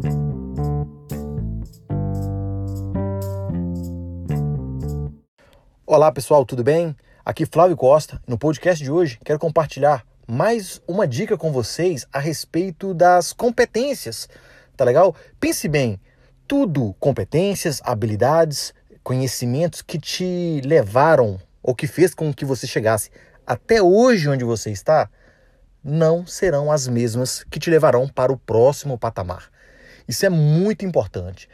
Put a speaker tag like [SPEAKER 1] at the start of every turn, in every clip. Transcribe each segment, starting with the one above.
[SPEAKER 1] Olá pessoal, tudo bem? Aqui Flávio Costa. No podcast de hoje quero compartilhar mais uma dica com vocês a respeito das competências, tá legal? Pense bem, tudo competências, habilidades, conhecimentos que te levaram ou que fez com que você chegasse até hoje onde você está, não serão as mesmas que te levarão para o próximo patamar. Isso é muito importante.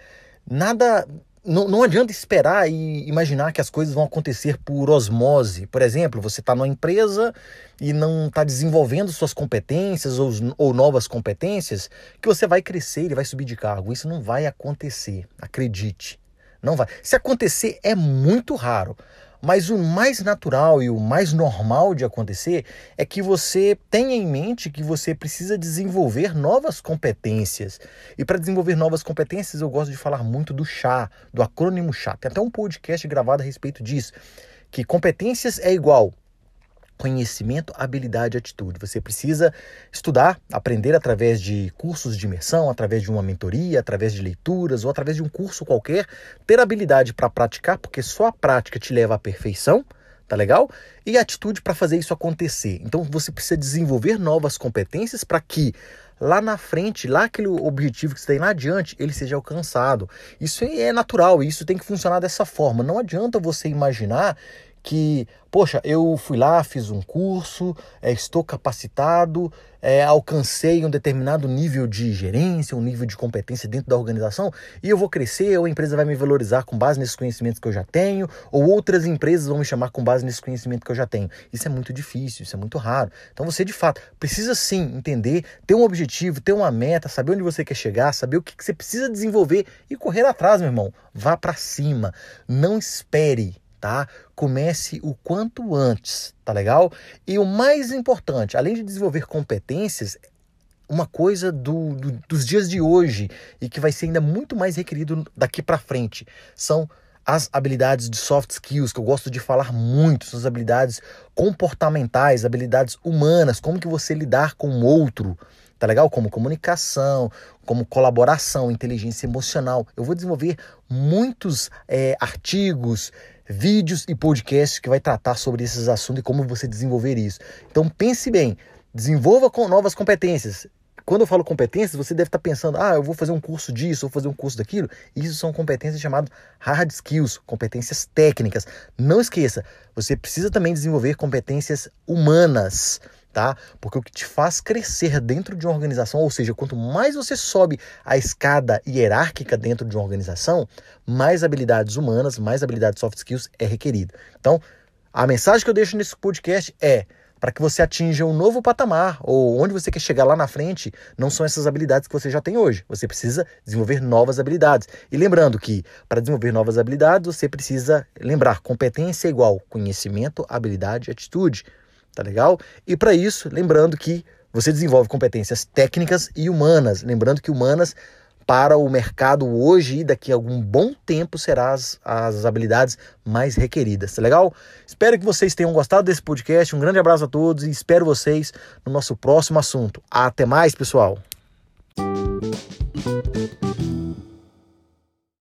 [SPEAKER 1] Não adianta esperar e imaginar que as coisas vão acontecer por osmose. Por exemplo, você está numa empresa e não está desenvolvendo suas competências ou novas competências, que você vai crescer e vai subir de cargo. Isso não vai acontecer, acredite. Não vai. Se acontecer, é muito raro. Mas o mais natural e o mais normal de acontecer é que você tenha em mente que você precisa desenvolver novas competências. E para desenvolver novas competências, eu gosto de falar muito do CHA, do acrônimo CHA. Tem até um podcast gravado a respeito disso, que competências é igual conhecimento, habilidade e atitude. Você precisa estudar, aprender através de cursos de imersão, através de uma mentoria, através de leituras ou através de um curso qualquer, ter habilidade para praticar, porque só a prática te leva à perfeição, tá legal? E atitude para fazer isso acontecer. Então você precisa desenvolver novas competências para que lá na frente, lá aquele objetivo que você tem lá adiante, ele seja alcançado. Isso é natural, isso tem que funcionar dessa forma. Não adianta você imaginar que, poxa, eu fui lá, fiz um curso, estou capacitado, alcancei um determinado nível de gerência, um nível de competência dentro da organização e eu vou crescer, ou a empresa vai me valorizar com base nesses conhecimentos que eu já tenho, ou outras empresas vão me chamar com base nesse conhecimento que eu já tenho. Isso é muito difícil, isso é muito raro. Então você, de fato, precisa sim entender, ter um objetivo, ter uma meta, saber onde você quer chegar, saber o que você precisa desenvolver e correr atrás, meu irmão. Vá para cima, não espere. Tá? Comece o quanto antes, tá legal? E o mais importante, além de desenvolver competências, uma coisa dos dias de hoje e que vai ser ainda muito mais requerido daqui para frente, são as habilidades de soft skills, que eu gosto de falar muito, são as habilidades comportamentais, habilidades humanas, como que você lidar com o outro, tá legal? Como comunicação, como colaboração, inteligência emocional. Eu vou desenvolver muitos artigos, vídeos e podcasts que vai tratar sobre esses assuntos e como você desenvolver isso. Então pense bem, desenvolva com novas competências. Quando eu falo competências, você deve estar pensando, eu vou fazer um curso disso, vou fazer um curso daquilo. Isso são competências chamadas hard skills, competências técnicas. Não esqueça, você precisa também desenvolver competências humanas, tá? Porque o que te faz crescer dentro de uma organização, ou seja, quanto mais você sobe a escada hierárquica dentro de uma organização, mais habilidades humanas, mais habilidades soft skills é requerido. Então, a mensagem que eu deixo nesse podcast é: para que você atinja um novo patamar, ou onde você quer chegar lá na frente, não são essas habilidades que você já tem hoje. Você precisa desenvolver novas habilidades. E lembrando que, para desenvolver novas habilidades, você precisa lembrar, competência é igual conhecimento, habilidade e atitude. Tá legal? E para isso, lembrando que você desenvolve competências técnicas e humanas. Lembrando que humanas, para o mercado hoje e daqui a algum bom tempo, serão as habilidades mais requeridas, tá legal? Espero que vocês tenham gostado desse podcast. Um grande abraço a todos e espero vocês no nosso próximo assunto. Até mais, pessoal!